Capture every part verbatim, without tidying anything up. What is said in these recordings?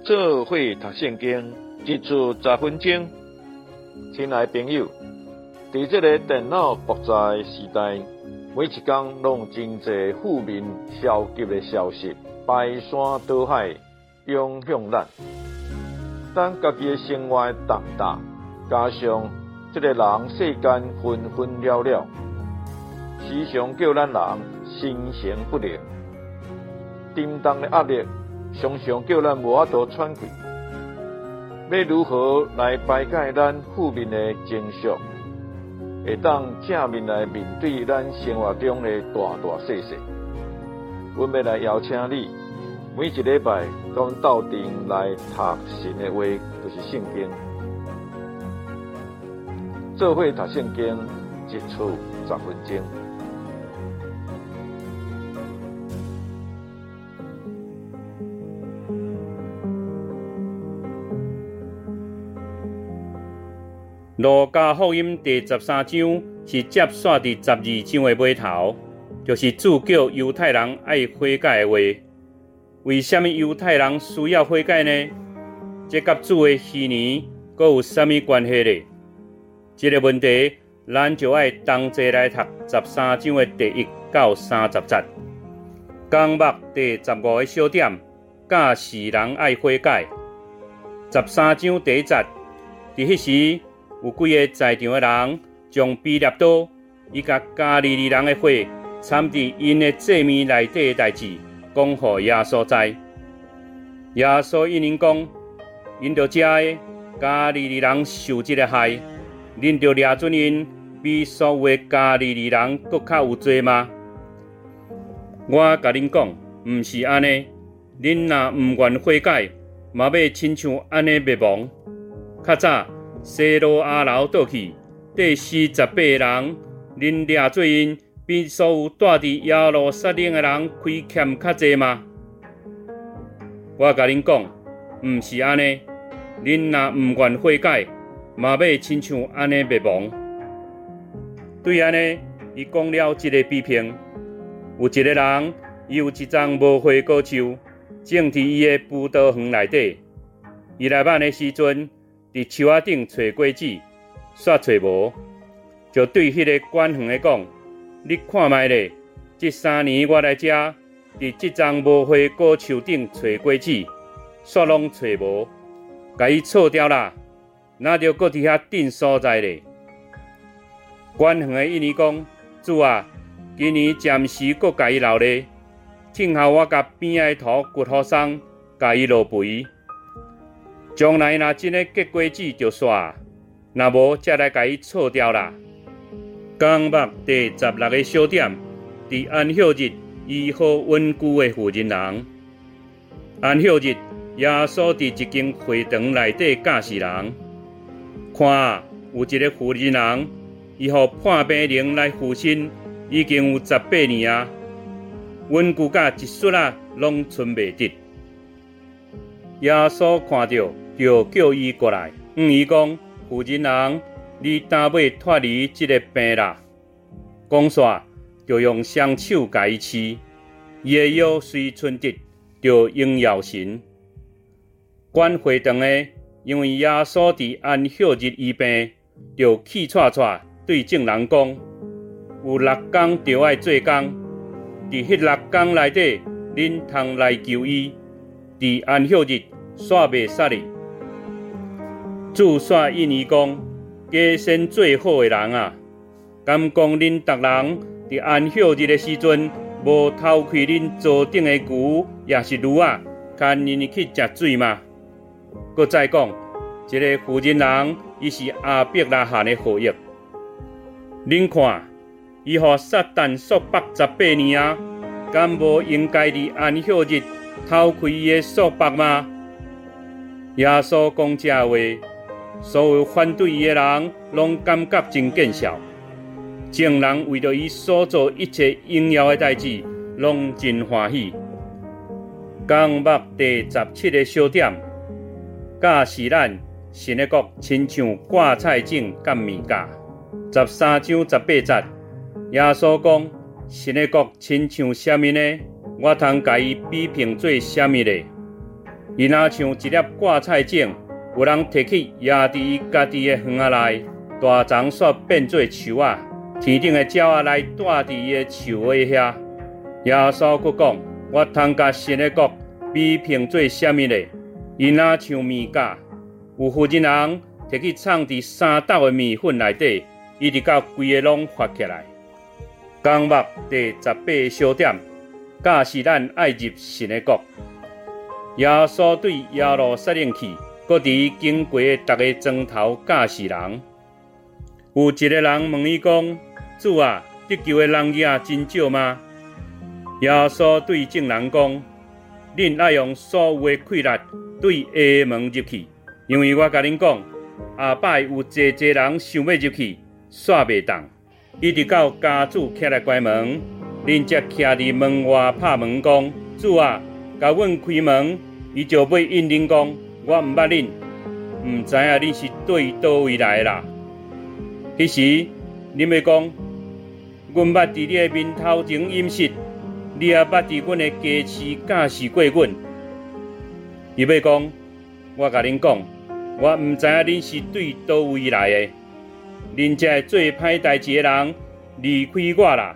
做伙读圣经，一次十分钟。亲爱的朋友，在这个电脑复杂的时代，每一天拢真侪负面消极的消息排山倒海涌向咱。咱家己的生活重大，加上这个人世间纷纷扰扰，时常叫咱人心神不宁。沉重的压力常常叫咱无法度喘气。要如何来排解咱负面的情绪，会当正面来面对咱生活中的大大小小？阮要来邀请你，每一礼拜跟阮斗阵来读神的话，就是圣经。做伙读圣经，一次十分钟。 路加福音第十三章是接续伫十二章的尾头，就是主叫犹太人爱悔改的话。为什么犹太人需要悔改呢？这甲主的禧年阁有啥物关系呢？这个问题，咱就要同齐来读十三章的第一到三十节。纲目第十五个小点，教世人爱悔改。十三章第一节，伫迄时。有几个在场的人将比列多以甲加利利人的火掺伫因的祭面内底的代志讲互耶稣知。耶稣应因讲：因着遮的加利利人受这个害，恁着抓准因比所有的加利利人搁较有罪吗？我甲恁讲，毋是安尼。恁若毋愿悔改，嘛要亲像安尼灭亡。较早。西罗亚楼倒去，第四十八个人，恁掠做因比所有住伫耶路撒冷的人亏欠较济吗？我甲恁讲，毋是安尼。恁若毋愿悔改，嘛要亲像安尼灭亡。对安尼，伊讲了一个比评：有一个人，伊有一丛无花果树，种伫伊的葡萄园内底。伊来晚的时阵。伫树仔顶找果子，煞找无，就对迄个管园的讲：“你看卖咧，这三年我来遮，伫这丛无花果树顶找果子，煞拢找无，甲伊错掉啦，哪着搁伫遐顶所在咧？”管园的印尼讲：“主啊，今年暂时搁甲伊留咧，听候我甲边仔的土掘好松，甲伊落肥。”将来若真诶结果子就煞，若无则来甲伊错掉啦。纲目第十六个小点，伫安息日医好稳固诶妇人人。安息日，耶稣伫一间会堂内底教示人，看啊，有一个妇人人，伊互破病灵来附身，已经有十八年啊，稳固甲一丝啊，拢剩袂得。耶稣看到。就叫伊过来，嗯，伊讲：“妇人人，你担尾脱离这个病啦。”讲煞，就用双手甲伊饲，伊的腰虽寸直，就应摇神。管会堂的，因为耶稣伫安息日医病，就气喘喘对众人讲：“有六工就爱做工，伫迄六工内底，恁通来求医。伫安息日煞袂杀哩。”主煞印伊讲：“加先做好的人啊，敢讲恁逐人伫安息日的时阵，无偷开恁桌顶的牛也是驴啊，牵因去食水吗？”搁再讲，一个妇人人，伊是亚伯拉罕的后裔。恁看，伊互撒旦束缚十八年啊，敢无应该伫安息日偷开伊的束缚吗？耶稣讲这话。所有反对伊的人，拢感觉真见笑。众人为着伊所做一切荣耀的代志，拢真欢喜。纲目第十七个小点，教示咱神的国亲像挂菜种甲面架。十三章十八节，耶稣讲：神的国亲像什么呢？我通甲伊比评做什么呢？ 伊若像一粒挂菜种，有人摕去压伫伊家己的园仔内，大丛煞变做树仔，天顶的鸟仔来住伫伊的树尾遐。耶稣佫讲：我通甲神的国比评做啥物咧？伊若像面架，有负责人摕去藏伫三斗的面粉内底，一直到规个拢发起来。公目第十八个小点，假使咱爱入神的国。耶稣对耶路撒冷去，搁伫经过的逐个庄头教示人。有一个人问伊讲：主啊，得救的人仔真少吗？耶稣对众人讲：恁爱用所有的气力对下门入去，因为我甲恁讲，下摆有济济人想要入去，煞袂当，一直到家主起来关门，恁才徛伫门外拍门讲：主啊，甲阮开门。伊就要应恁讲：我毋捌恁，毋知影恁是对倒位来的啦。迄时，恁要讲：阮捌伫你的面头前饮食，你也捌伫阮的家市教示过阮。伊要讲：我甲恁讲，我毋知影恁是对倒位来的，恁才会做歹代志的人离开我啦。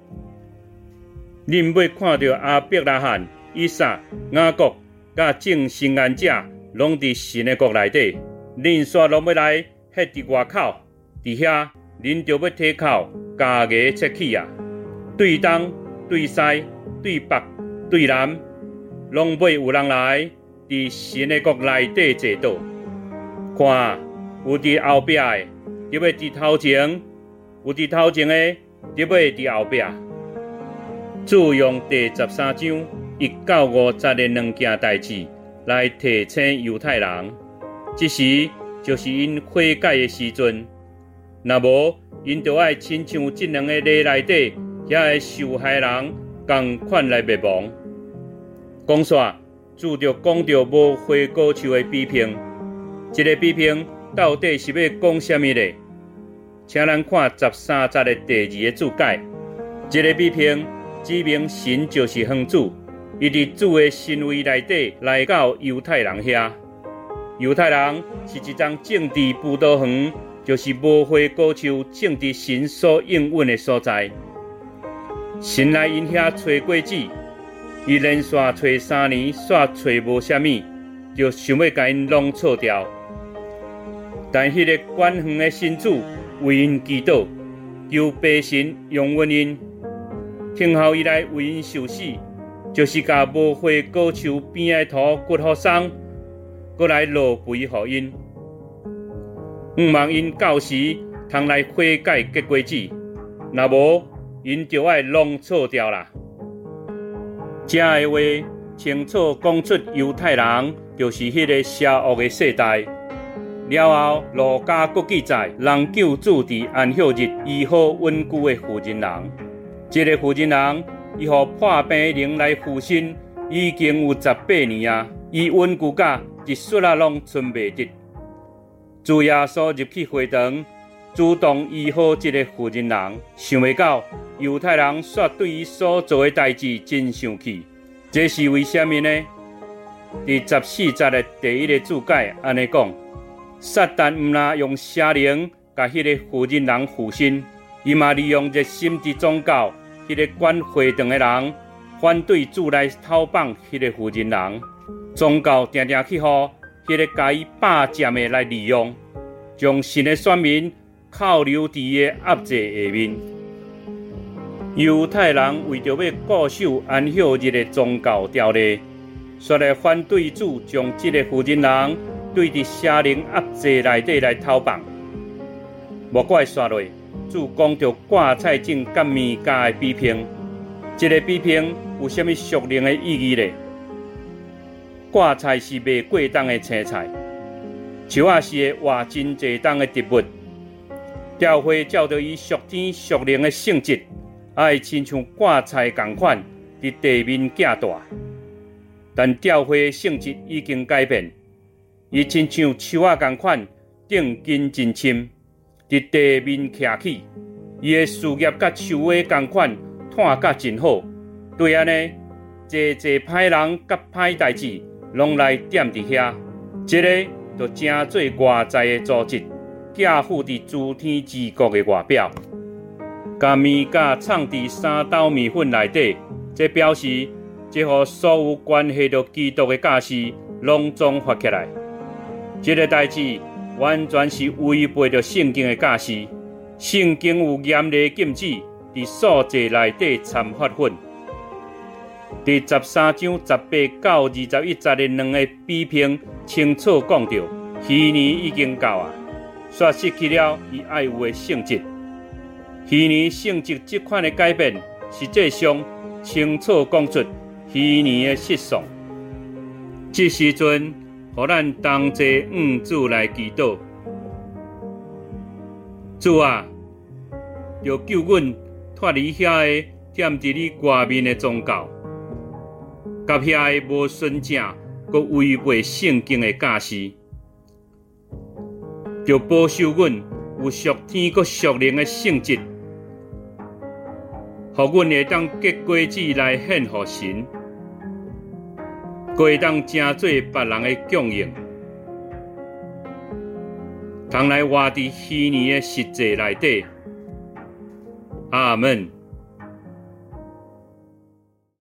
恁要看到亚伯拉罕、以撒、雅各。甲正心安者拢伫神的国内底，恁煞拢要来ฮ็伫外口，伫遐恁就要摕口加牙切齿啊！对东、对西、对北、对南，拢要有人来伫神的国内底坐倒。看，有伫后壁的，就要伫头前；有伫头前的，就要伫后壁。主用第十三章。一到五十的两件代志来提醒犹太人，这时就是因悔改的时阵。若无，因就爱亲像这两个例内底遐个受害人同款来灭亡。讲煞，主就讲到无花果树的比评，这个比评到底是要讲什么呢？请咱看十三节的第二个注解。这个比评指明神就是园主。伊伫主的身位内底来到犹太人遐，犹太人是一张政治葡萄园，就是无花果树种伫神所应允的所在。神来因遐找果子，伊连续找三年，煞找无啥物，就想要甲因弄错掉。但迄个管园的神主为因祈祷，求爸神容允因，听候伊来为因受死。就是甲无花果树边的土掘互松，搁来落肥互因，毋望因到时通来悔改结果子，若无因就爱弄错掉啦。这个话清楚讲出犹太人就是迄个邪恶的世代。了后，路加搁记载，人救主伫安息日医好稳固的负责人，这个负责人。伊互破病的灵来附身，已经有十八年啊！伊稳固甲一丝仔拢存袂得。主耶稣入去会堂，主动医好这个负责人，想袂到犹太人煞对伊所做的代志真生气。这是为什么呢？第十四节的第一个注解安尼讲：撒旦毋若用邪灵甲迄个负责人附身，伊嘛利用热心之宗教。迄个管会堂的人反对主来偷绑迄个负责人，宗教定定去互迄个甲伊霸占的来利用，将神的选民扣留伫伊的压制下面。犹太人为着要固守安息日的宗教条例，煞来反对主将这个负责人对伫邪灵压制内底来偷绑。莫怪刷落。主讲到挂菜种甲面架的比评，这个比评有啥物属灵的意义呢？挂菜是卖过冬的青菜，树仔是会活真济冬的植物。雕花照着伊属天属灵的性质，爱亲像挂菜同款伫地面长大。但雕花的性质已经改变，伊亲像树仔同款顶根真深。伫地面徛起，伊的事业甲树尾同款，摊甲真好。对安尼，济济歹人甲歹代志拢来点伫遐。这个就正做外在的组织，架附伫诸天之国的外表，甲面甲藏伫三斗米粉内底。这表示，这互所有关系到基督的教示拢总发起来。这个代志完全是违背着圣经的教示。圣经有严厉禁止伫数字内底掺发粉。第十三章十八到二十一节的两个比拼，清楚讲到，虚拟已经到啊，却失去了伊爱有的性质。虚拟性质这款的改变，实际上清楚讲出虚拟的实相。这时阵，互咱同齐向主来祈祷。主啊，就救阮脱离遐个踮伫你外面的宗教，甲遐个无纯正、佮违背圣经的教示，就保守阮有属天佮属灵的性质，互阮会当结果子来献互神，佮会当成做别人的供应，通来活伫虚拟的实际内底。阿门。